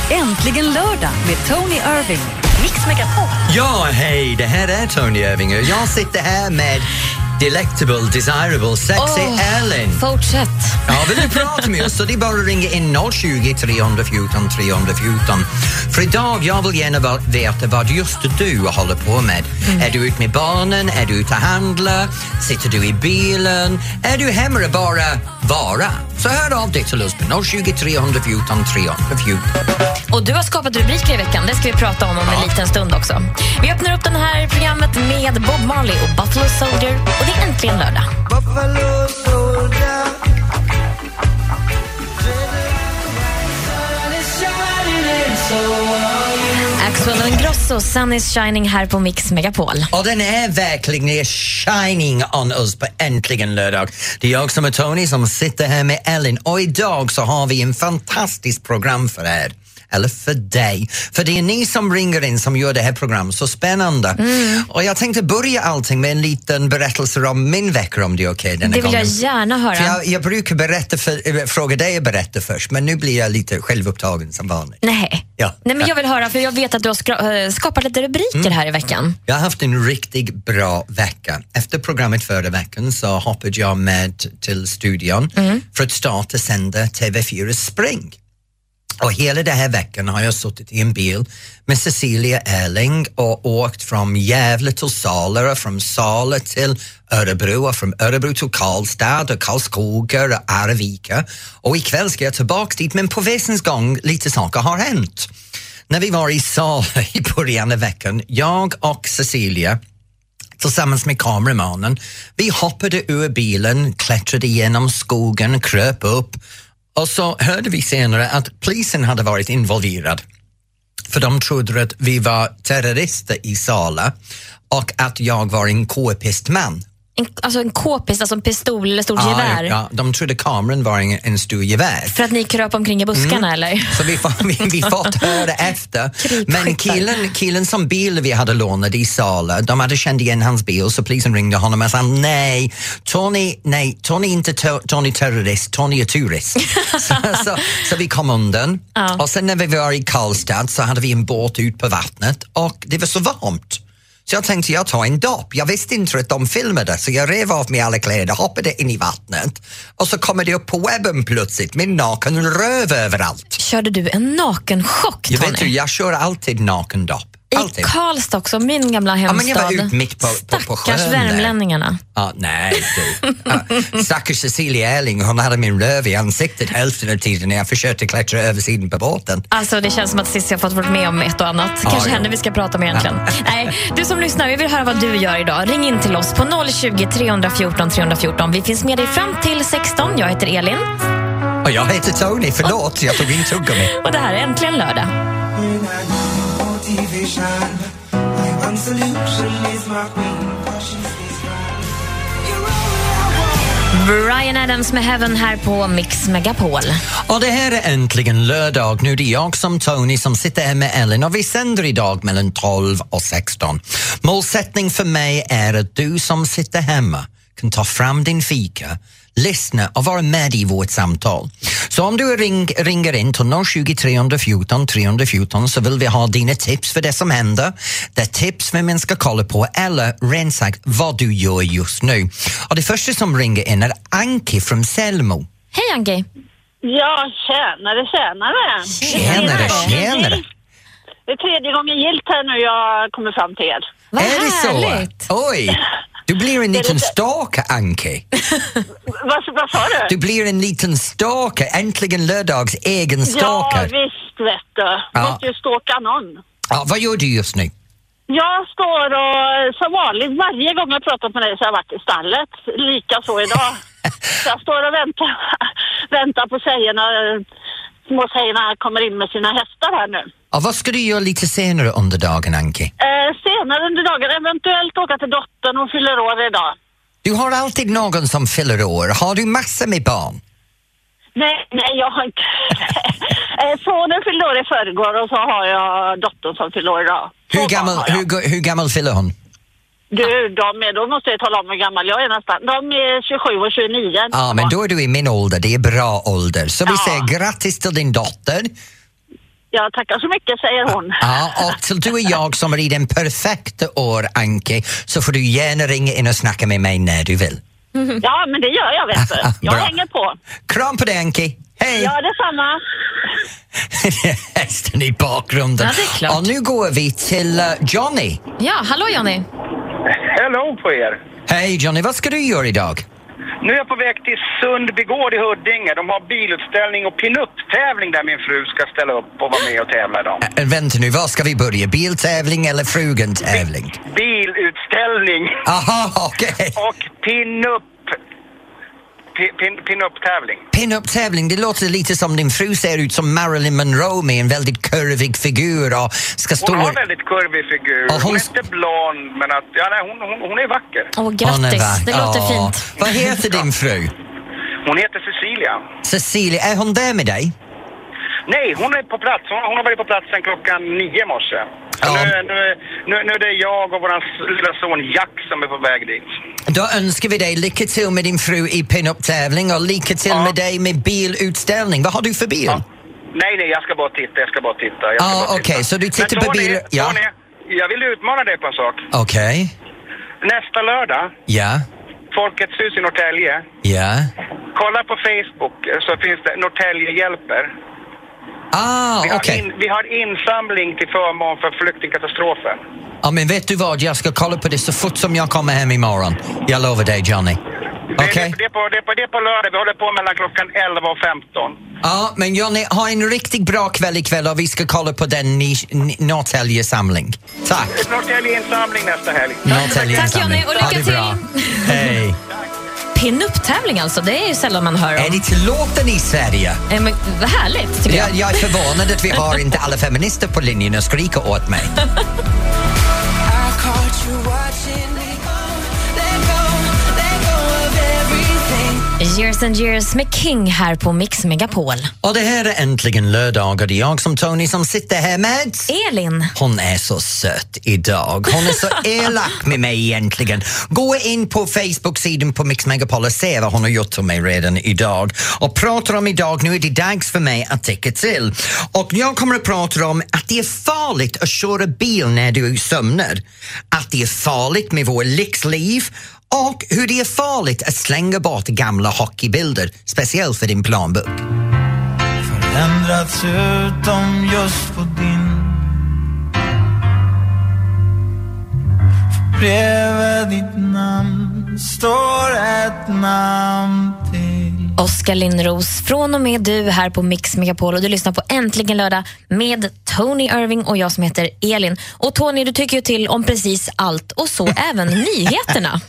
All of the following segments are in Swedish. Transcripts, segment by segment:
Äntligen lördag med Tony Irving. Mix Megapol. Ja, hej, det här är Tony Irving. Jag sitter här med delectable, desirable, sexy Elin. Fortsätt. Ja, vill du prata med oss så det är bara att ringa in 020 314 314. För idag, jag vill gärna veta vad just du håller på med. Är du ute med barnen? Är du ute och handlar? Sitter du i bilen? Är du hemma och bara vara? Så hör av dig till oss på 020 314 314. Och du har skapat rubriker i veckan, det ska vi prata om en liten stund också. Vi öppnar upp det här programmet med Bob Marley och Buffalo Soldier. Och det är äntligen lördag. Buffalo Soldier. Axel Ingrosso, Sun is shining här på Mix Megapol. Och den är verkligen shining on us på äntligen lördag. Det är jag som är Tony som sitter här med Elin. Och idag så har vi en fantastisk program för er. Eller för dig. För det är ni som ringer in som gör det här programmet så spännande. Och jag tänkte börja allting med en liten berättelse om min vecka, om det är okej denna Det vill gången. jag gärna höra. För jag brukar fråga dig att berätta först, men nu blir jag lite självupptagen som vanligt. Nej. Ja. Nej, men jag vill höra, för jag vet att du har skapat lite rubriker här i veckan. Jag har haft en riktigt bra vecka. Efter programmet förra veckan så hoppade jag med till studion för att starta sända TV4 Spring. Och hela den här veckan har jag suttit i en bil med Cecilia Erling och åkt från Gävle till Sala, från Sala till Örebro och från Örebro till Karlstad och Karlskoga och Arvika. Och ikväll ska jag tillbaka dit, men på väsens gång lite saker har hänt. När vi var i Sala i början av veckan, jag och Cecilia tillsammans med kameramannen, vi hoppade ur bilen, klättrade genom skogen, kröp upp. Och så hörde vi senare att polisen hade varit involverad. För de trodde att vi var terrorister i Sala och att jag var en k-pistman. En k-pist, alltså en pistol eller stort gevär. Ja, de trodde kameran var en stor gevär. För att ni kröp omkring i buskarna eller? Så vi fått höra efter. Men killen som bil vi hade lånat i Sala, de hade känt igen hans bil, så polisen ringde honom och sa nej, Tony är inte Tony terrorist, Tony är turist. så vi kom undan. Och sen när vi var i Karlstad så hade vi en båt ut på vattnet och det var så varmt. Så jag tänkte jag tar en dopp. Jag visste inte att de filmade, så jag rev av mig alla kläder, hoppade in i vattnet och så kommer det upp på webben plötsligt med naken röv överallt. Körde du en nakenchock, Tony? Jag vet du, jag kör alltid nakendopp. I Karlstad också, min gamla hemstad. Ja, men jag var ut mitt på Stackars värmlänningarna. Ja, nej du. Stackars Cecilia Erling, hon hade min röv i ansiktet hälften av tiden när jag försökte klättra över sidan på båten. Alltså det känns som att Cissi har fått vara med om ett och annat. Kanske henne vi ska prata med egentligen. Nej, du som lyssnar, vi vill höra vad du gör idag. Ring in till oss på 020 314 314. Vi finns med dig fram till 16. Jag heter Elin. Och jag heter Tony, förlåt, jag tog in tuggummi. Och det här är äntligen lördag. Bryan Adams med Heaven här på Mix Megapol. Och det här är äntligen lördag. Nu är det jag som Tony som sitter här med Ellen och vi sänder idag mellan 12 och 16. Målsättning för mig är att du som sitter hemma kan ta fram din fika, lyssna och vara med i vårt samtal. Så om du ringer in till 020 314 314 så vill vi ha dina tips för det som händer. Det är tips vem man ska kolla på eller rent sagt vad du gör just nu. Och det första som ringer in är Anki från Selmo. Hej Anki. Ja, tjänare. Det är tredje gången gillt här nu jag kommer fram till er. Vad är det härligt. Så? Oj! Du blir en liten stalker, Anki. Vad sa du? Du blir en liten stalker, äntligen lördags egen stalker. Ja, visst vet du. Måste ju stalka någon. Ja, vad gör du just nu? Jag står och som vanligt, varje gång jag pratat med dig så har jag varit i stallet. Lika så idag. Så jag står och väntar på små tjejerna kommer in med sina hästar här nu. Ja, vad ska du göra lite senare under dagen, Anki? Senare under dagen, eventuellt åka till dottern, hon fyller år idag. Du har alltid någon som fyller år. Har du massor med barn? Nej, jag har inte. Sonen fyller år i förrgår och så har jag dottern som fyller år idag. Hur gammal fyller hon? Då måste jag tala om hur gammal jag är nästan. De är 27 och 29. Ja, men då är du i min ålder. Det är bra ålder. Så vi säger grattis till din dotter. Ja, tackar så mycket, säger hon. Ja, och till du och jag som är i den perfekta år, Anki, så får du gärna ringa in och snacka med mig när du vill. Ja, men det gör jag, vet du. Jag Bra. hänger på. Kram på dig, Anki. Hej! Ja, detsamma. Hästen i bakgrunden. Ja, det är klart. Och nu går vi till Johnny. Ja, hallå Johnny. Hello på er. Hej Johnny, vad ska du göra idag? Nu är jag på väg till Sundbygård i Huddinge. De har bilutställning och pinup-tävling där min fru ska ställa upp och vara med och tävla idag. Vänta nu, var ska vi börja? Biltävling eller frugentävling? Bilutställning. Aha, okej. Och pinup-tävling. Pin-up-tävling, det låter lite som din fru ser ut som Marilyn Monroe med en väldigt kurvig figur och ska stå... Hon har väldigt kurvig figur. Och hon är inte blond, men att, ja, nej, hon är vacker. Grattis, det låter fint. Vad heter din fru? Hon heter Cecilia. Cecilia, är hon där med dig? Nej, hon är på plats. Hon har varit på plats sedan 9:00 i morse. Ja. Nu är det jag och vår lilla son Jack som är på väg dit. Då önskar vi dig lycka till med din fru i pin-up-tävling och lycka till med dig med bilutställning. Vad har du för bil? Ja. Nej, jag ska bara titta. Okej, så du tittar på bil... Ja. Tony, jag vill utmana dig på en sak. Okej. Nästa lördag, Ja. Folkets hus i Norrtälje. Ja. Kolla på Facebook så finns det Norrtälje hjälper. Okej. Vi har insamling till förmån för flyktingkatastrofen. Ja, men vet du vad? Jag ska kolla på det så fort som jag kommer hem imorgon. Jag lovar dig, Johnny. Okej? Det är på lördag. Vi håller på mellan klockan 11 och 15. Ja, men Johnny, ha en riktigt bra kväll ikväll och vi ska kolla på den Norrtälje samling. Tack! Norrtälje insamling nästa helg. Norrtälje Tack insamling. Johnny, och lycka Ha det till! bra. Hej! Pin-up-tävling alltså, det är ju sällan man hör om. Är det tillåten i Sverige? Men vad härligt, tycker jag. Jag är förvånad att vi har inte alla feminister på linjen och skriker åt mig. Years and years med King här på Mix Megapol. Och det här är äntligen lördag och det är jag som Tony som sitter här med Elin. Hon är så söt idag. Hon är så elak med mig egentligen. Gå in på Facebook-sidan på Mix Megapol och se vad hon har gjort för mig redan idag. Och pratar om idag, nu är det dags för mig att täcka till. Och jag kommer att prata om att det är farligt att köra bil när du sömnar. Att det är farligt med vår lyxliv. Och hur det är farligt att slänga bort gamla hockeybilder, speciellt för din planbok. Förändrats utom just på din. För bredvid ditt namn står ett namn till. Oskar Lindros, från och med du här på Mix Megapol och du lyssnar på Äntligen lördag med Tony Irving och jag som heter Elin. Och Tony, du tycker ju till om precis allt och så även nyheterna.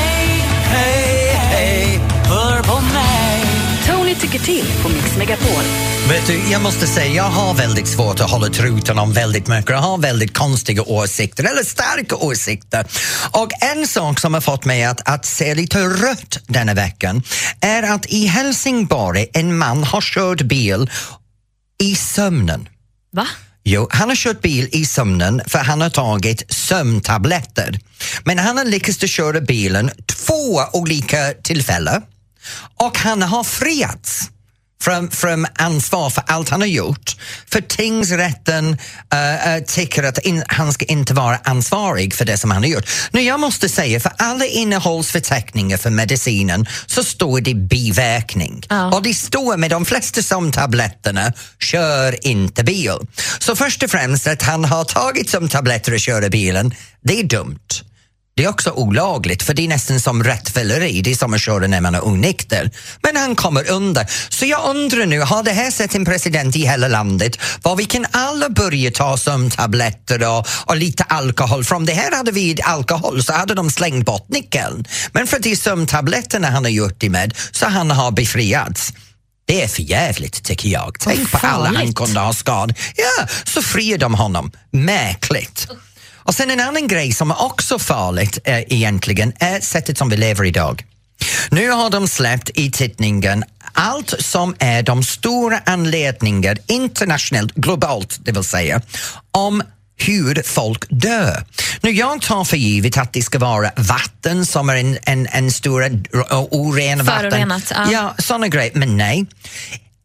Hej, hör på mig. Tony tycker till på Mix Megapol. Vet du, jag måste säga, jag har väldigt svårt att hålla truten om väldigt mycket. Jag har väldigt konstiga åsikter, eller starka åsikter. Och en sak som har fått mig att se lite rött denna veckan är att i Helsingborg en man har kört bil i sömnen. Va? Jo, han har kört bil i sömnen för han har tagit sömntabletter. Men han har lyckats köra bilen 2 olika tillfällen och han har friats från ansvar för allt han har gjort. För tingsrätten tycker att han ska inte vara ansvarig för det som han har gjort. Nu jag måste säga, för alla innehållsförteckningar för medicinen så står det biverkning. Och det står med de flesta sömntabletterna, kör inte bil. Så först och främst att han har tagit sömntabletter och kör bilen, det är dumt. Det är också olagligt för det är nästan som rattfylleri, det är som att köra när man är onykter. Men han kommer under. Så jag undrar nu, har det här sett en president i hela landet var vi kan alla börja ta sömntabletter och lite alkohol. Från det här hade vi alkohol så hade de slängt bort nyckeln. Men för de sömntabletterna han har gjort det med så han har befriats. Det är för jävligt tycker jag. Tänk på alla han kunde ha skad. Ja, så friar de honom. Märkligt. Och sen en annan grej som är också farligt egentligen är sättet som vi lever idag. Nu har de släppt i tidningen allt som är de stora anledningar internationellt, globalt det vill säga, om hur folk dör. Nu jag tar för givet att det ska vara vatten som är en stor oren vatten. Förorenat, ja, sådana grejer. Men nej.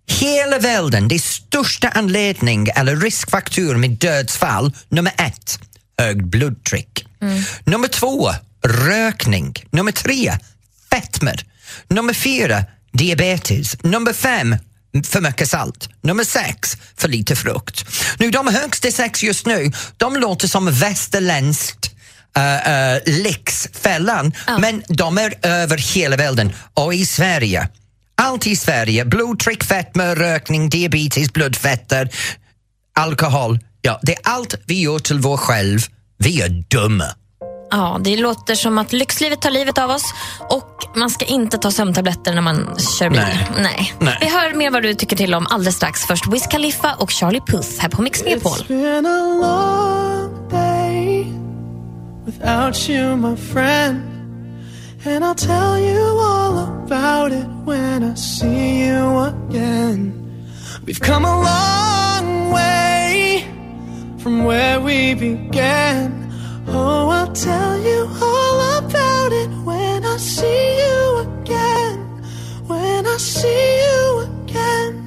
hela världen, det största anledning eller riskfaktor med dödsfall, nummer 1, högt blodtryck. Nummer 2, rökning. Nummer 3, fetmer. Nummer 4, diabetes. Nummer 5, för mycket salt. Nummer 6, för lite frukt. Nu, de högsta 6 just nu, de låter som västerländskt lyxfällan, men de är över hela världen. Och i Sverige, allt i Sverige, blodtryck, fetmer, rökning, diabetes, blodfetter, alkohol, ja, det är allt vi gör till vår själv. Vi är dumma. Ja, det låter som att lyxlivet tar livet av oss och man ska inte ta sömntabletter när man kör bil. Nej. Vi hör mer vad du tycker till om alldeles strax. Först Wiz Khalifa och Charlie Puth här på Mix Megapol. It's been a long day without you, my friend, and I'll tell you all about it when I see you again. We've come a long way from where we began. Oh, I'll tell you all about it when I see you again. When I see you again.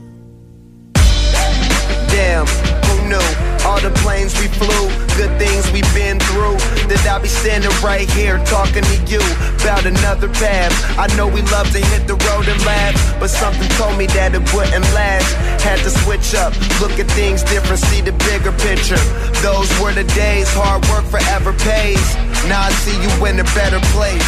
Damn, who knew? All the planes we flew, good things we've been through. That I'll be standing right here talking to you about another path. I know we love to hit the road and laugh, but something told me that it wouldn't last. Had to switch up, look at things different, see the bigger picture. Those were the days, hard work forever pays. Now I see you in a better place.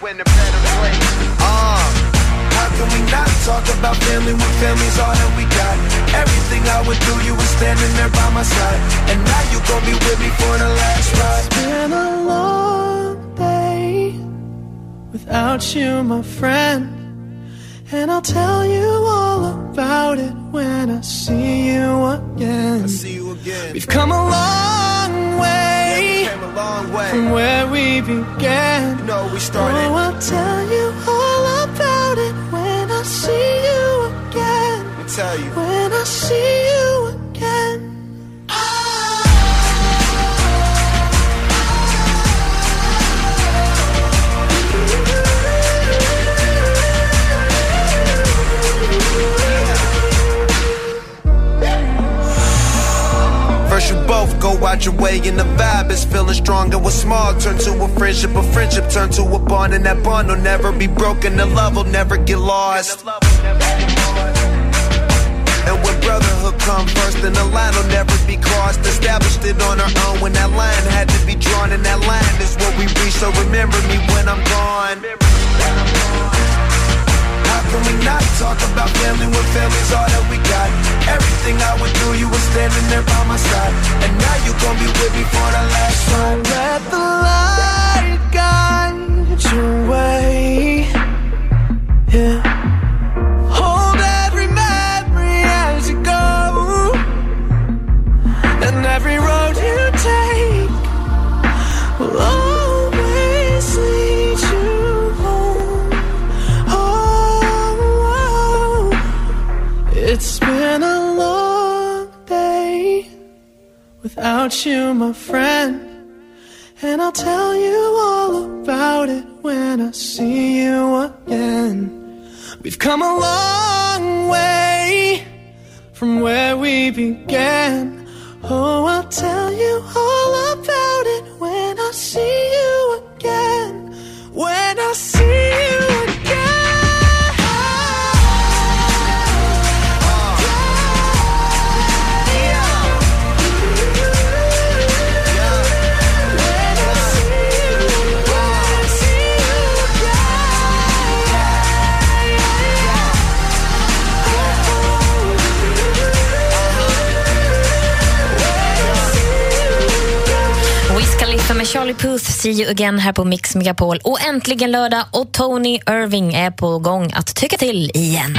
How can we not talk about family when family's all that we got? Everything I would do, you were standing there by my side, and now you gon' be with me for the last ride. It's been a long day without you, my friend, and I'll tell you all about it when I see you again. We've come a long way, from where we began. You know, we started. Oh, I'll tell you all about it when I see you again. Let me tell you. When I see you again. First you both go out your way and the vibe is feeling strong. And what's small turn to a friendship turn to a bond. And that bond will never be broken, the love will never get lost. And when brotherhood comes first, then the line will never be crossed. Established it on our own when that line had to be drawn. And that line is what we reach, so remember me when I'm gone. How can we not talk about family when family's all that we got? Everything I went through, you were standing there by my side, and now you gon' be with me for the last time. Let the light guide your way. Yeah. Hold every memory as you go, and every road you take will always lead you home. Oh, it's been a long day without you, my friend, and I'll tell you all about it when I see you again. We've come a long way from where we began. Oh, I'll tell you all about it when I see you again. When I see you again. Med Charlie Puth, See You Again här på Mix Megapol. Och äntligen lördag och Tony Irving är på gång att tycka till igen.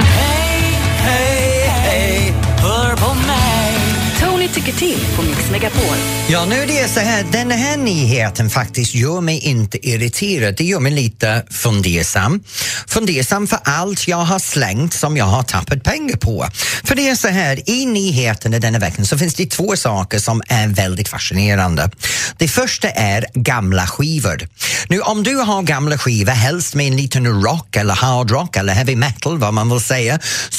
Hej, hör på mig. Tony tycker till på Mix Megapol. Ja, nu är det så här, den här nyheten faktiskt gör mig inte irriterad. Det gör mig lite fundersam. Fundersam för allt jag har slängt som jag har tappat pengar på. För det är så här, i nyheterna denna veckan så finns det 2 saker som är väldigt fascinerande. Det första är gamla skivor. Nu, om du har gamla skivor, helst med en liten rock eller hard rock eller heavy metal, vad man vill säga, så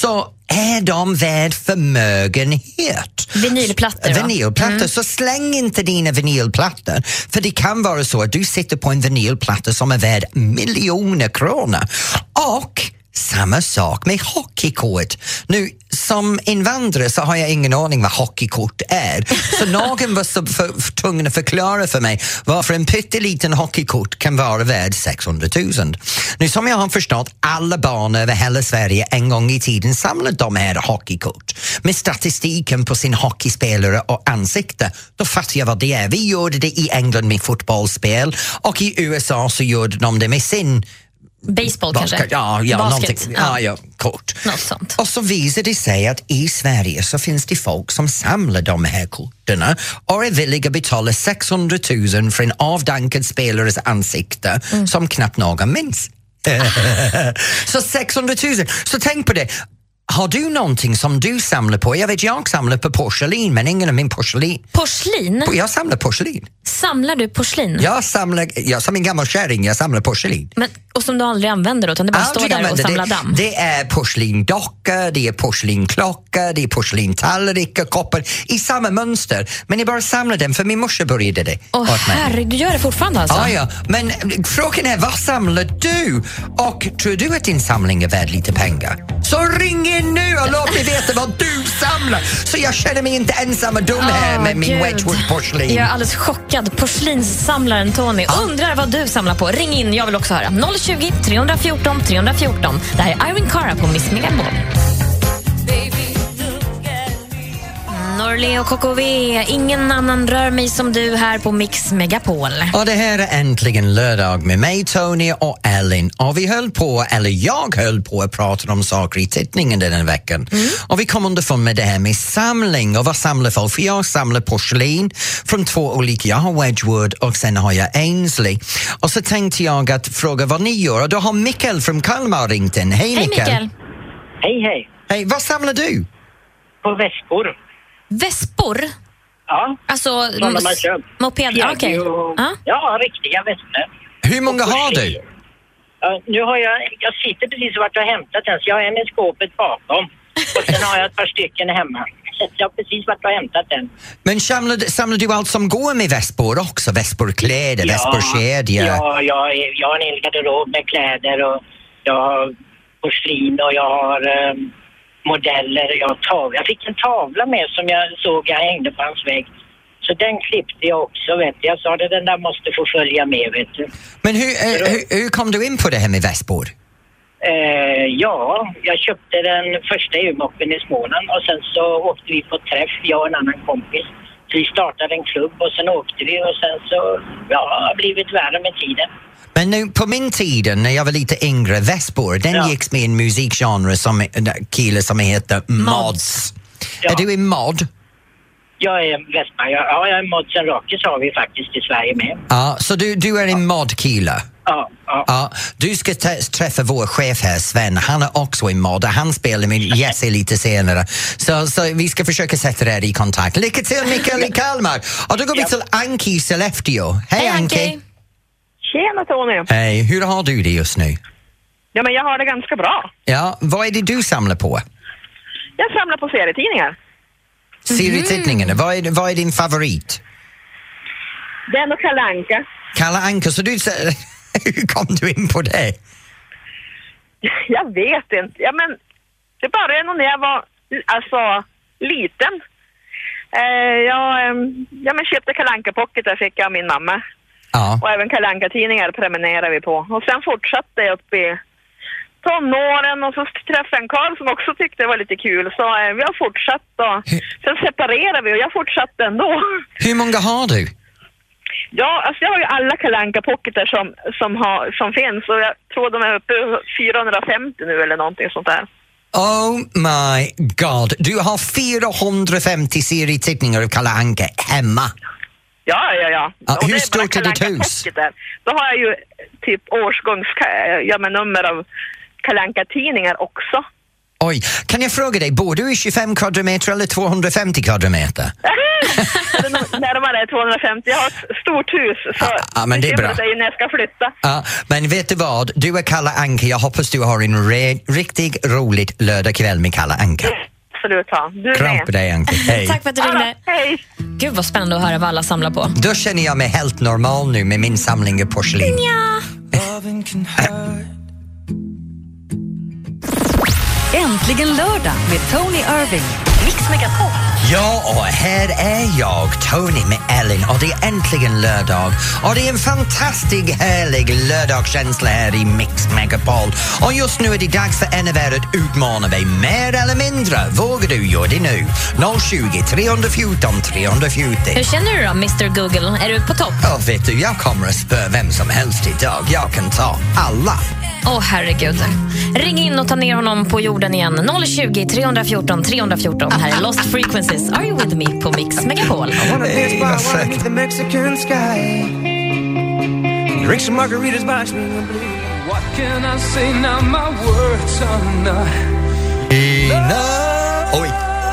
är de värd förmögenhet? Vinylplattor. Så släng inte dina vinylplattor, för det kan vara så att du sitter på en vinylplatta som är värd miljoner kronor. Och samma sak med hockeykort. Nu, som invandrare så har jag ingen aning vad hockeykort är. Så någon var så tvungen att förklara för mig varför en pytteliten hockeykort kan vara värd 600 000. Nu som jag har förstått, alla barn över hela Sverige en gång i tiden samlade de här hockeykort. Med statistiken på sin hockeyspelare och ansikte. Då fattar jag vad det är. Vi gjorde det i England med fotbollsspel och i USA så gjorde de det med sin baseball kanske? Ja, kort. Något sånt. Och så visar det sig att i Sverige så finns det folk som samlar de här korten och är villiga att betala 600 000 för en avdankad spelares ansikte som knappt någon minns. Så 600 000. Så tänk på det. Har du någonting som du samlar på? Jag samlar på porslin, men ingen av min porslin. Porslin? Jag samlar porslin. Samlar du porslin? Jag som en gammal kärring, jag samlar porslin. Men, och som du aldrig använder då, utan det bara står där och samlar damm? Det är porslindocka, det är porslинklocka, det är porslintallrikar, koppar i samma mönster. Men jag bara samlar dem för min morsa började det. Herregud, du gör det fortfarande alltså? Ja, men frågan är, vad samlar du? Och tror du att din samling är värd lite pengar? Så ring in nu och låt mig veta vad du samlar, så jag känner mig inte ensam och dum här med min Wedgwood-porslin. Jag är alldeles chockad. Porslinssamlaren Tony. Undrar vad du samlar på. Ring in, jag vill också höra. 020 314 314. Det här är Irene Cara på Miss Megapol. Norli och KKV, ingen annan rör mig som du här på Mix Megapol. Och det här är äntligen lördag med mig, Tony och Ellen. Och jag höll på att prata om saker i tidningen den här veckan. Och vi kom underfund med det här med samling och vad samlar folk? För jag samlar porslin från två olika. Jag har Wedgwood och sen har jag Ainsley. Och så tänkte jag att fråga vad ni gör. Och då har Mikael från Kalmar ringt in. Hej Mikael. Hej. Hej, vad samlar du? På väskor. Väspor? Ja. Alltså moped? Okej. Ja, riktiga väskor. Hur många har du? Nu har jag sitter precis och varit och hämtat den, så jag har en i skåpet bakom. Och sen har jag ett par stycken hemma. Så jag har precis varit och hämtat den. Men samlar du allt som går med väspor också? Väsporkläder, väsporkedjor? Ja, jag har en hel garderob med kläder och jag har porslin och jag har modeller. Jag fick en tavla med som jag såg jag hängde på hans vägg. Så den klippte jag också, vet du. Jag sa att den där måste få följa med, vet du. Men hur kom du in på det här med väspor? Jag köpte den första EU-moppen i Småland och sen så åkte vi på träff, jag och en annan kompis. Så vi startade en klubb och sen åkte vi och sen så, har blivit värre med tiden. Men nu, på min tid, när jag var lite yngre, väspor, den gick med en musikgenre som kille som heter mods. Ja. Är du i mod? Jag är väspa. Jag är mods and rockers har vi faktiskt i Sverige med. Ja, så du är en mod-kille? Ja. Du ska träffa vår chef här, Sven. Han är också en mod. Han spelar med Jesse lite senare. Så vi ska försöka sätta er i kontakt. Lycka till, Mikael i Kalmar. Och då går vi till Anki i Sollefteå. Hej Anki. Tjena Tony. Hej, hur har du det just nu? Ja, men jag har det ganska bra. Ja, vad är det du samlar på? Jag samlar på serietidningar. Serietidningarna, vad är din favorit? Det är nog Kalle Anka. Kalle Anka, så hur kom du in på det? Jag vet inte. Ja, men det började nog när jag var liten. Jag köpte Kalle Anka Pocket, där fick jag av min mamma. Ja. Och även Kalle Anka-tidningar prenumererar vi på. Och sen fortsatte jag upp i tonåren och så träffade jag en karl som också tyckte det var lite kul. Så vi har fortsatt och sen separerade vi och jag fortsatte ändå. Hur många har du? Ja, alltså jag har ju alla Kalle Anka-pocketar som finns och jag tror de är uppe 450 nu eller någonting sånt där. Oh my god, du har 450 serietidningar av Kalle Anka hemma. Ja. Hur stort är ditt hus? Då har jag ju typ årsgångs nummer av Kalle Anka-tidningar också. Oj, kan jag fråga dig, bor du i 25 kvadratmeter eller 250 kvadratmeter? Närmare 250. Jag har ett stort hus, så men det är bra. När jag ska flytta. Ja, men vet du vad? Du är Kalle Anka. Jag hoppas du har en riktigt roligt lördagkväll med Kalle Anka. Absolut, ja. Du kram på dig, Anka. Hej. Tack för att du ringde. Hej. Gud vad spännande att höra vad alla samlar på. Då känner jag mig helt normal nu med min samling av porslin. Ja. Äntligen lördag med Tony Irving. Mix Megapol. Ja, och här är jag, Tony med Ellen, och det är äntligen lördag. Och det är en fantastisk, härlig lördagskänsla här i Mix Megapol. Och just nu är det dags för en av er att utmana mig mer eller mindre. Vågar du göra det nu? 020 314 314. Hur känner du då, Mr. Google? Är du på topp? Ja, vet du, jag kommer att spöra vem som helst idag. Jag kan ta alla. Herregud. Ring in och ta ner honom på jorden igen. 020 314 314. Här är Lost Frequencies. Are you with me på Mix Megapol? Hey, vad fräckt. The Mexican sky. Drink some margaritas, watch me bleed. What can I say now? My words are not enough. Oj.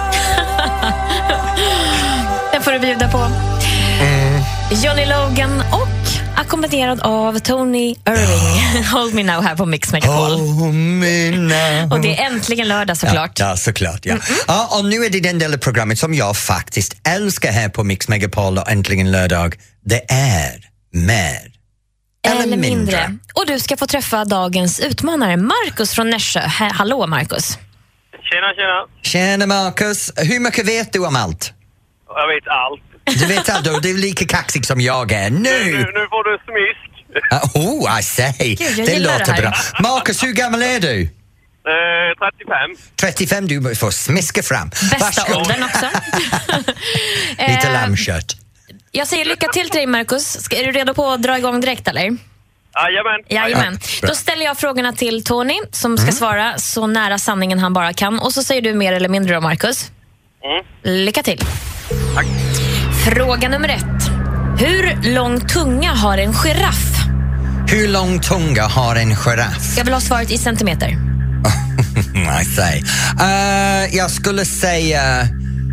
Den får du bjuda på. Johnny Logan och ackompanjerad av Tony Irving. Hold me now här på Mix Megapol. Hold me now. Och det är äntligen lördag såklart. Ja, såklart. Ja. Ja, och nu är det den delen av programmet som jag faktiskt älskar här på Mix Megapol och äntligen lördag. Det är mer eller mindre. Och du ska få träffa dagens utmanare, Marcus från Nässjö. Hallå Marcus. Tjena. Tjena Marcus. Hur mycket vet du om allt? Jag vet allt. Du vet allt, du är lika kaxig som jag är. Nu får du smisk. I say. Gud, det låter bra. Marcus, hur gammal är du? 35. 35, du får smiska fram. Bästa åldern också. Lite lammkött. Jag säger lycka till dig Marcus. Är du redo på att dra igång direkt eller? Jajamän. Då ställer jag frågorna till Tony som ska svara så nära sanningen han bara kan. Och så säger du mer eller mindre då Marcus. Lycka till. Tack. Fråga nummer 1. Hur lång tunga har en giraff? Hur lång tunga har en giraff? Jag vill ha svaret i centimeter. I say. Jag skulle säga...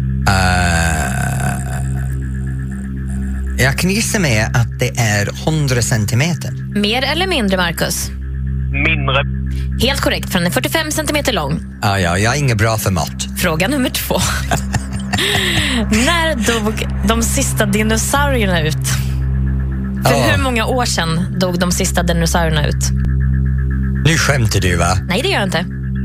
jag kan gissa med att det är 100 centimeter. Mer eller mindre, Marcus? Mindre. Helt korrekt, för den är 45 centimeter lång. Ja, jag är inget bra för mått. Fråga nummer 2. När dog de sista dinosaurierna ut? För hur många år sedan dog de sista dinosaurierna ut? Nu skämtar du, va? Nej, det gör jag inte.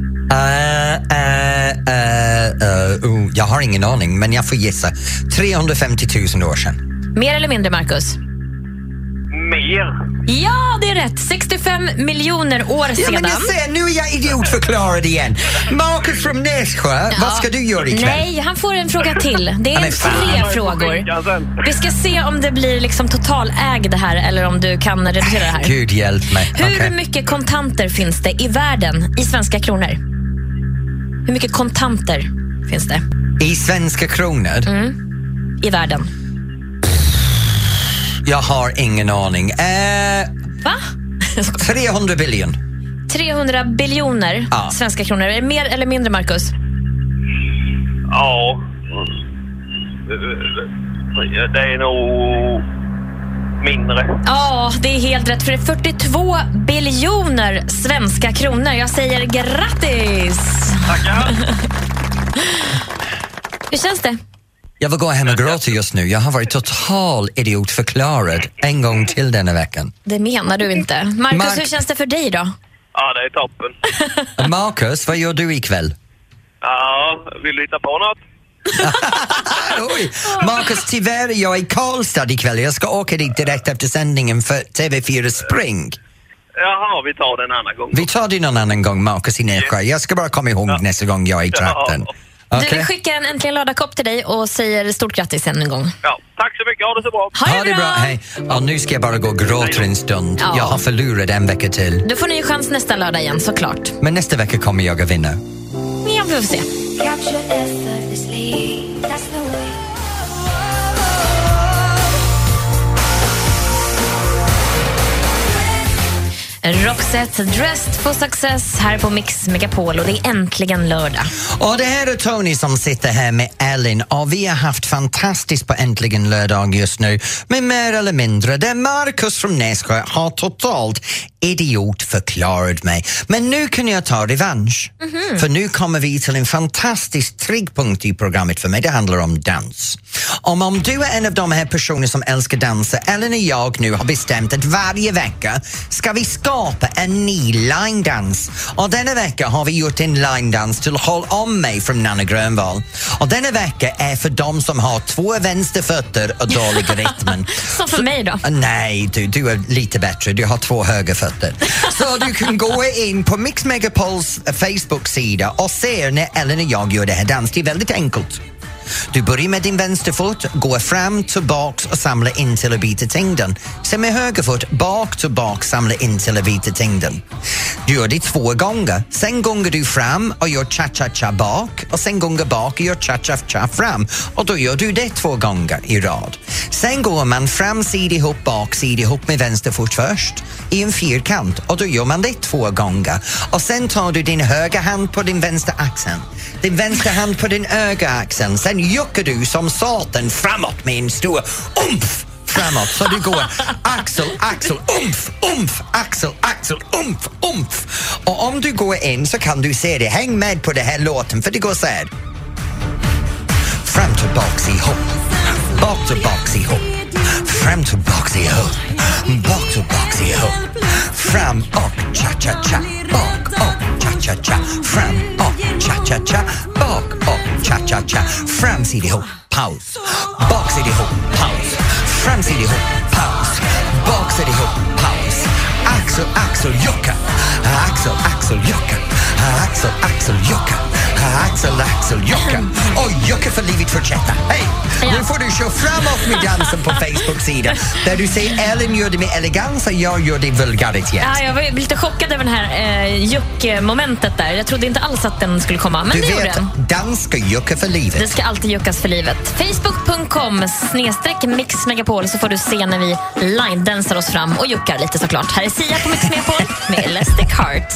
Jag har ingen aning, men jag får gissa. 350 000 år sedan. Mer eller mindre, Marcus? Mer. Ja, det är rätt. 65 miljoner år sedan. Men jag säger, nu är jag idiotförklarad igen. Marcus från Nässjö, vad ska du göra ikväll? Nej, han får en fråga till. Det är 3 frågor. Vi ska se om det blir liksom totalägd här eller om du kan reducera det här. Gud hjälp mig. Hur mycket kontanter finns det i världen i svenska kronor? Hur mycket kontanter finns det? I svenska kronor? I världen. Jag har ingen aning. Va? 300 biljon. 300 biljoner svenska kronor. Är det mer eller mindre, Marcus? Ja. Det är nog mindre. Ja, det är helt rätt. För det är 42 biljoner svenska kronor. Jag säger grattis! Tackar. Hur känns det? Jag vill gå hem och gråta just nu. Jag har varit total idiotförklarad en gång till denna veckan. Det menar du inte. Marcus, hur känns det för dig då? Ja, det är toppen. Marcus, vad gör du ikväll? Ja, vill du hitta på något? Oj. Marcus, tyvärr, jag är i Karlstad ikväll. Jag ska åka dit direkt efter sändningen för TV4 Spring. Jaha, vi tar den en annan gång. Vi tar det någon annan gång, Marcus i Nässjö. Jag ska bara komma ihåg nästa gång jag är i trakten. Okay. Du, vi skickar en äntligen lördagskopp till dig och säger stort grattis än en gång. Ja, tack så mycket. Ha det så bra. Ha det bra. Hej. Ja, nu ska jag bara gå och gråta en stund. Ja. Jag har förlorat en vecka till. Du får ny chans nästa lördag igen, såklart. Men nästa vecka kommer jag att vinna. Ja, vi får se. Roxette, Dressed for Success här på Mix Megapol, och det är äntligen lördag. Och det här är Tony som sitter här med Ellen, och vi har haft fantastiskt på Äntligen lördag just nu, men mer eller mindre där Marcus från Nässjö har totalt idiotförklarat mig. Men nu kan jag ta revansch. För nu kommer vi till en fantastisk triggpunkt i programmet för mig. Det handlar om dans. Om du är en av de här personerna som älskar dansa, Ellen och jag nu har bestämt att varje vecka ska vi skapa en ny line-dans. Och denna vecka har vi gjort en line-dans till Håll om mig från Nanna Grönvall. Och denna vecka är för de som har 2 vänsterfötter och dålig rytmen. Som för mig då? Nej, du är lite bättre. Du har 2 högerfötter. Så du kan gå in på Mix Megapols Facebook-sida och se när Ellen och jag gör det här dans. Det är väldigt enkelt. Du börjar med din vänsterfot, går fram, tillbaks och samlar in till att byta tyngden. Sen med högerfot, bak, tillbaks, samlar in till att byta tyngden. Du gör det 2 gånger. Sen gånger du fram och gör cha-cha-cha bak. Och sen gånger bak och gör cha-cha-cha fram. Och då gör du det 2 gånger i rad. Sen går man fram, sida ihop, bak, sida ihop med vänsterfot först. I en fyrkant. Och då gör man det 2 gånger. Och sen tar du din högra hand på din vänstra axeln. Din vänstra hand på din högra axeln. Sen juckar du som satan framåt med en stor umf framåt. Så du går axel, axel, umf, umf, axel, axel, umf, umf. Och om du går in så kan du se det. Häng med på det här låten, för det går så här. Fram, tillbaks, ihop. Bak, tillbaks, ihop. Fram, tillbaks, ihop. Bak, tillbaks, ihop. Fram och cha-cha-cha. Bak och cha-cha-cha. Fram och cha-cha-cha. Bak och cha-cha-cha. Fram, sida ihop, paus. Bak, sida ihop, paus. Fram, sida ihop, paus. Bak, sida ihop, paus. Axel, axel, jucka. Axel, axel, jucka. Axel, axel, jucka. Axel, axel, jucka. Och jucka för livet fortsätta. Hej! Nu får du köra framåt med dansen på Facebook-sidan. Där du säger Ellen gör det med elegans och jag gör det vulgaritet. Ja, jag var lite chockad över den här juck-momentet där. Jag trodde inte alls att den skulle komma. Men du det vet, gjorde den. dans ska jucka för livet. Det ska alltid juckas för livet. Facebook.com/Mix Megapol, så får du se när vi line-dansar oss fram och juckar lite såklart. Här är Sia på Mix Megapol med Elastic Heart.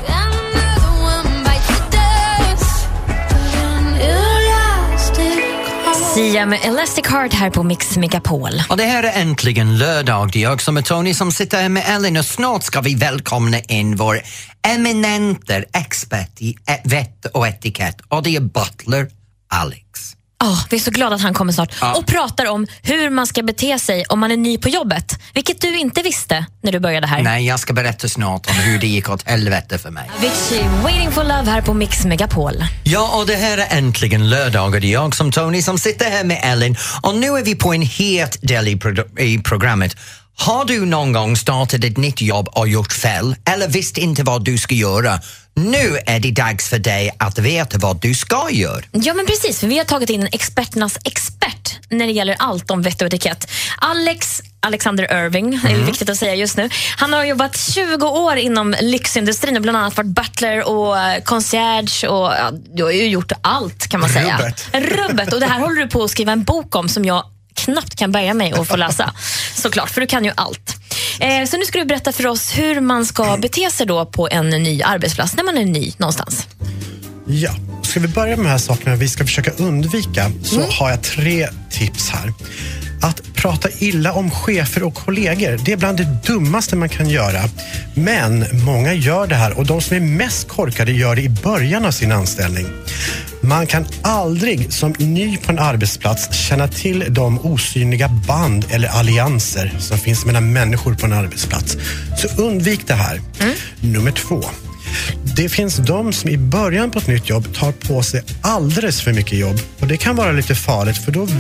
Sia med Elastic Heart här på Mix Megapol. Och det här är äntligen lördag. Det är jag som är Tony som sitter här med Ellen, och snart ska vi välkomna in vår eminenter expert i vett och etikett, och det är Butler Alex. Vi är så glada att han kommer snart och pratar om hur man ska bete sig om man är ny på jobbet. Vilket du inte visste när du började här. Nej, jag ska berätta snart om hur det gick åt helvete för mig. Avicii, Waiting for Love här på Mix Megapol. Ja, och det här är äntligen lördag, och det är jag som Tony som sitter här med Ellen. Och nu är vi på en het del i programmet. Har du någon gång startat ett nytt jobb och gjort fel eller visst inte vad du ska göra? Nu är det dags för dig att veta vad du ska göra. Ja, men precis, för vi har tagit in en experternas expert när det gäller allt om vett och etikett. Alexander Irving, det är viktigt att säga just nu. Han har jobbat 20 år inom lyxindustrin och bland annat varit butler och concierge, och du har ju gjort allt, kan man säga. Rubbet. Och det här håller du på att skriva en bok om som jag knappt kan bärga mig och få läsa. Såklart, för du kan ju allt. Så nu ska du berätta för oss hur man ska bete sig då på en ny arbetsplats när man är ny någonstans. Ja, ska vi börja med de här sakerna vi ska försöka undvika, så har jag 3 tips här. Att prata illa om chefer och kollegor, det är bland det dummaste man kan göra. Men många gör det här, och de som är mest korkade gör det i början av sin anställning. Man kan aldrig som ny på en arbetsplats känna till de osynliga band eller allianser som finns mellan människor på en arbetsplats. Så undvik det här. Nummer 2. Det finns de som i början på ett nytt jobb tar på sig alldeles för mycket jobb, och det kan vara lite farligt, för då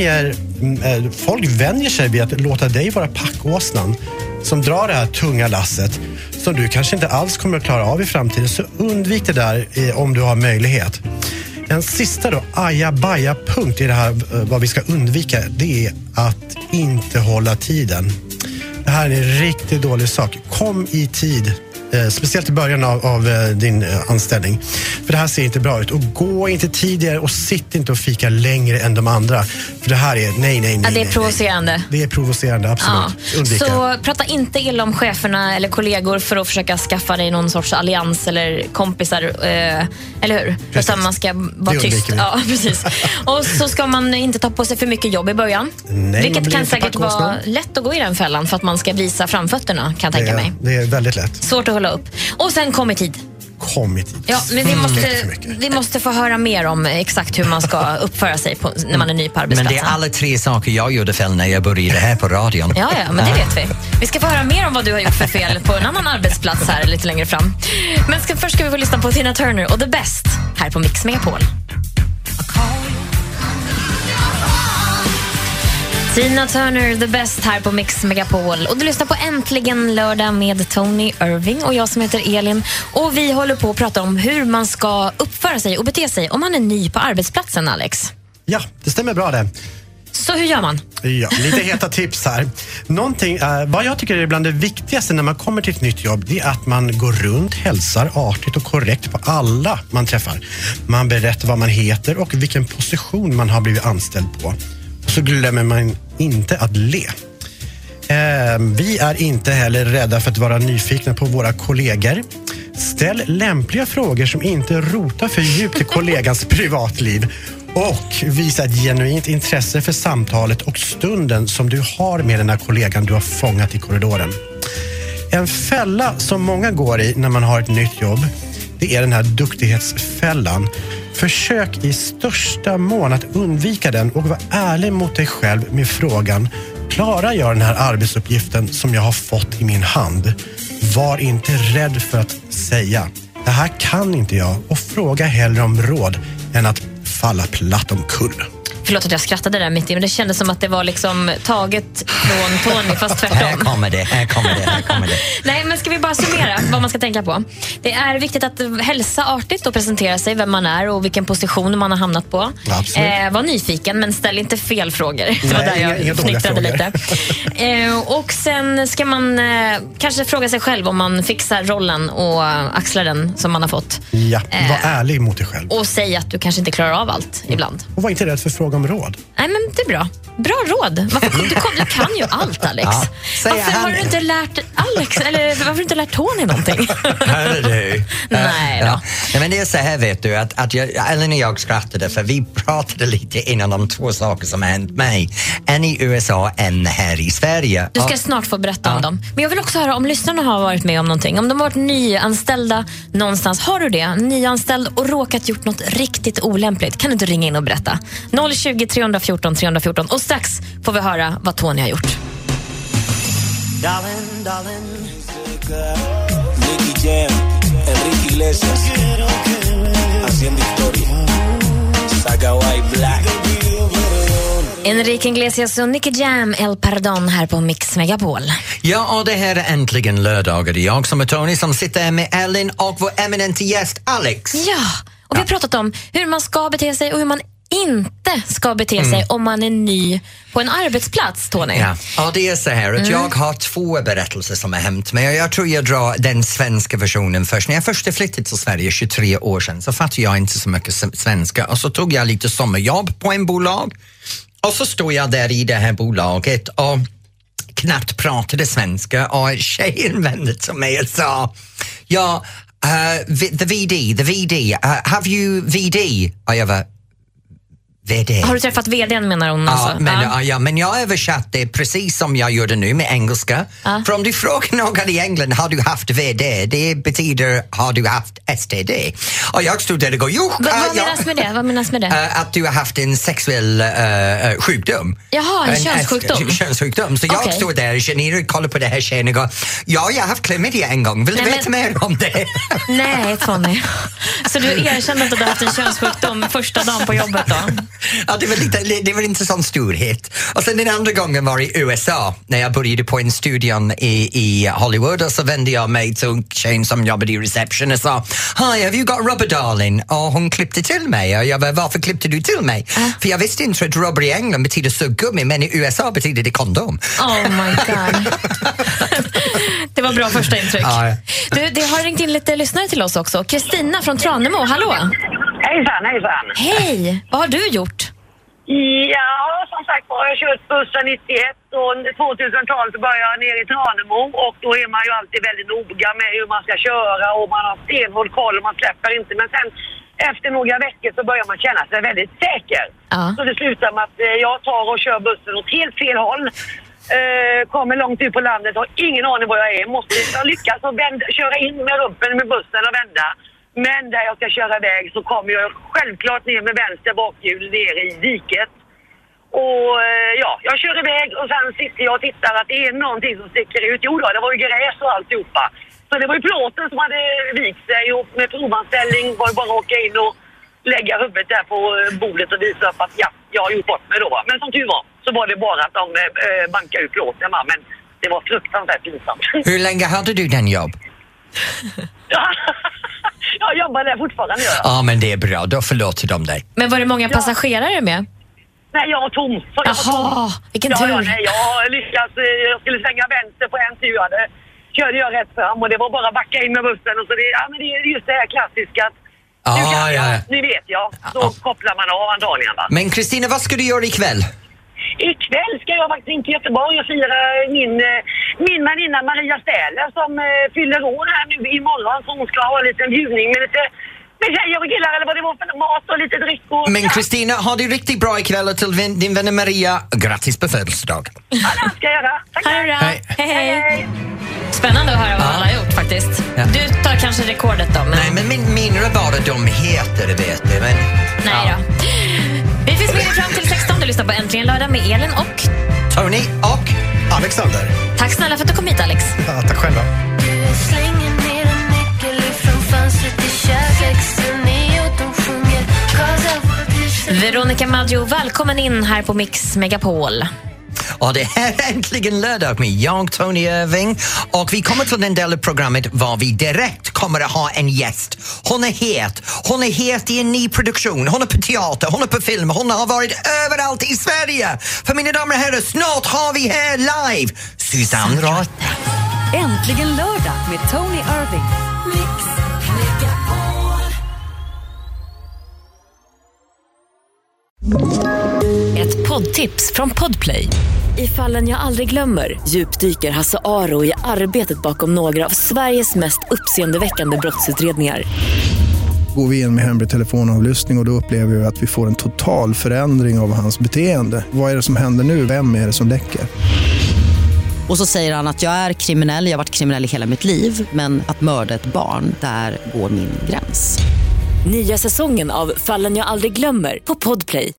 folk vänjer sig vid att låta dig vara packåsnan som drar det här tunga lasset som du kanske inte alls kommer att klara av i framtiden. Så undvik det där om du har möjlighet. En sista då, ajabaja-punkt i det här, vad vi ska undvika, det är att inte hålla tiden. Det här är en riktigt dålig sak. Kom i tid. Speciellt i början av din anställning. För det här ser inte bra ut. Och gå inte tidigare och sitt inte och fika längre än de andra. För det här är, nej. Ja, det är provocerande. Nej. Det är provocerande, absolut. Ja. Undvika. Så prata inte illa om cheferna eller kollegor för att försöka skaffa dig någon sorts allians eller kompisar, eller hur? Utan man ska vara tyst. Ja, precis. Och så ska man inte ta på sig för mycket jobb i början. Nej, vilket kan säkert vara lätt att gå i den fällan för att man ska visa framfötterna, kan jag tänka mig. Det är väldigt lätt. Svårt att hålla upp. Och sen kom i tid. Ja, men vi måste få höra mer om exakt hur man ska uppföra sig när man är ny på arbetsplatsen. Men det är alla 3 saker jag gjorde fel när jag började här på radion. Ja, men det vet vi. Vi ska få höra mer om vad du har gjort för fel på en annan arbetsplats här lite längre fram. Men först ska vi få lyssna på Tina Turner och The Best här på Mix Megapol. Tina Turner, The Best här på Mix Megapol. Och du lyssnar på Äntligen lördag med Tony Irving och jag som heter Elin. Och vi håller på att prata om hur man ska uppföra sig och bete sig om man är ny på arbetsplatsen, Alex. Ja, det stämmer bra det. Så hur gör man? Ja, lite heta tips här. Vad jag tycker är bland det viktigaste när man kommer till ett nytt jobb, det är att man går runt, hälsar artigt och korrekt på alla man träffar. Man berättar vad man heter och vilken position man har blivit anställd på. Så glömmer man inte att le. Vi är inte heller rädda för att vara nyfikna på våra kollegor. Ställ lämpliga frågor som inte rotar för djupt i kollegans privatliv. Och visa ett genuint intresse för samtalet och stunden som du har med den här kollegan du har fångat i korridoren. En fälla som många går i när man har ett nytt jobb, det är den här duktighetsfällan. Försök i största mån att undvika den och var ärlig mot dig själv med frågan: klarar jag den här arbetsuppgiften som jag har fått i min hand? Var inte rädd för att säga: det här kan inte jag, och fråga hellre om råd än att falla platt omkull. Förlåt att jag skrattade där mitt i, men det kändes som att det var liksom taget från Tony, fast tvärtom. Här kommer det. Nej, men ska vi bara summera vad man ska tänka på? Det är viktigt att hälsa artigt och presentera sig, vem man är och vilken position man har hamnat på. Var nyfiken, men ställ inte fel frågor. Det var där jag fnittrade lite. Och sen ska man kanske fråga sig själv om man fixar rollen och axlar den som man har fått. Ja, var ärlig mot dig själv. Och säg att du kanske inte klarar av allt ibland. Och var inte rädd för fråga om råd. Nej, men det är bra. Bra råd. Du kan ju allt, Alex. Ja. Varför har du inte lärt Alex, eller varför har du inte lärt Tony någonting? Hör du? Nej då. Ja. Men det är så här, vet du, att Ellen och jag skrattade för vi pratade lite innan om 2 saker som har hänt mig. En i USA, en här i Sverige. Du ska snart få berätta om dem. Men jag vill också höra om lyssnarna har varit med om någonting. Om de har varit nyanställda någonstans. Har du det? Nyanställd och råkat gjort något riktigt olämpligt. Kan du inte ringa in och berätta? 020 314 314. Och strax får vi höra vad Tony har gjort. Darling, Nicky Jam, Enrique Iglesias, haciendo historia, Saga White Black. Enrique Iglesias och Nicky Jam, El Perdón här på Mix Megapol. Ja, och det här är Äntligen lördag. Det är jag som är Tony som sitter här med Ellen och vår eminenta gäst Alex. Ja, och vi har pratat om hur man ska bete sig och hur man inte ska bete sig om man är ny på en arbetsplats, Tony. Ja, det är så här att jag har 2 berättelser som har hänt mig. Jag tror jag drar den svenska versionen först. När jag först flyttade till Sverige 23 år sedan så fattade jag inte så mycket svenska. Och så tog jag lite sommarjobb på en bolag. Och så stod jag där i det här bolaget och knappt pratade svenska. Och tjejen vände till mig och sa: ja, the VD, have you VD? Och jag var: VD. Har du träffat VD:n, menar hon? Ja, men jag översatte precis som jag gjorde nu med engelska. För om du frågar någon i England, har du haft VD? Det betyder, har du haft STD? Och jag stod där och går, Vad menas med det? att du har haft en sexuell sjukdom. Jaha, en könssjukdom. Så jag stod där och generade, kollade på det här tjejen och går, jag har haft klamydia en gång. Vill du veta mer om det? Nej, Tony. Så du erkände att du haft en könssjukdom första dagen på jobbet då? Ja, det var inte sån storhet. Och sen den andra gången var i USA när jag började på en studion i Hollywood, och så vände jag mig till tjejen som jobbade i reception och sa: Hi, have you got rubber, darling? Och hon klippte till mig och jag var: varför klippte du till mig? För jag visste inte att rubber i England betyder suggummi, men i USA betyder det kondom. Oh my god. Det var bra första intryck. Du, det har ringt in lite lyssnare till oss också. Kristina från Tranemo, hallå? Hejsan. Hej, vad har du gjort? Ja, som kört bussen 91 och 2000-talet så började jag ner i Tranemo och då är man ju alltid väldigt noga med hur man ska köra och man har stenhård koll och man släpper inte. Men sen efter några veckor så börjar man känna sig väldigt säker. Så det slutar med att jag tar och kör bussen åt helt fel håll. Kommer långt ut på landet och har ingen aning var jag är. Måste jag lyckas och köra in med rumpen med bussen och vända. Men där jag ska köra iväg så kommer jag självklart ner med vänster bakhjul ner i diket. Och ja, jag kör iväg och sen sitter jag och tittar att det är någonting som sticker ut. Jo då, det var ju gräs och alltihopa. Så det var ju plåten som hade vikt sig och med provanställning var det bara att åka in och lägga huvudet där på bordet och visa upp att ja, jag har gjort bort mig då. Men som tur var så var det bara att de bankade ut plåten. Men det var fruktansvärt pinsamt. Hur länge hade du den jobb? Jag jobbar där fortfarande. Ja, men det är bra. Då förlåter de dig. Men var det många passagerare med? Nej, jag var tom. Jaha, vilken tur. Nej, jag lyckades. Jag skulle svänga vänster på en tur. Körde jag rätt fram och det var bara att backa in med bussen. Och så men det är just det här klassiska. Nu vet jag. Då kopplar man av antagligen. Va? Men Kristina, vad ska du göra ikväll? Ikväll ska jag faktiskt in till Göteborg och fira min väninna Maria Stähler som fyller år här nu imorgon. Så hon ska ha en liten bjudning med lite tjejer och killar eller vad det var för mat och lite dryck. Men Kristina, har du riktigt bra ikväll till din vän Maria. Grattis på födelsedag. Ja, det ska jag göra. Tack. Hej. Spännande att höra vad alla har gjort faktiskt. Ja. Du tar kanske rekordet då. Men... Nej, men min är bara dumheter, vet du. Men... Nej då. Vi finns med fram till 16. Du lyssnar på Äntligen lördag med Elin och Tony och Alexander. Tack snälla för att du kom hit, Alex. Ja, tack själva. Veronica Maggio, välkommen in här på Mix Megapol. Och det här är äntligen lördag med jag, Tony Irving. Och vi kommer till den del av programmet var vi direkt kommer att ha en gäst. Hon är het i en ny produktion. Hon är på teater, hon är på film. Hon har varit överallt i Sverige. För mina damer och herrar, snart har vi här live Susanne Roth. Äntligen lördag med Tony Irving. Mix Megapol. Ett poddtips från Podplay. I Fallen jag aldrig glömmer djupdyker Hasse Aro i arbetet bakom några av Sveriges mest uppseendeväckande brottsutredningar. Går vi in med hemlig telefonavlyssning och då upplever vi att vi får en total förändring av hans beteende. Vad är det som händer nu? Vem är det som läcker? Och så säger han att jag är kriminell, jag har varit kriminell i hela mitt liv. Men att mörda ett barn, där går min gräns. Nya säsongen av Fallen jag aldrig glömmer på Podplay.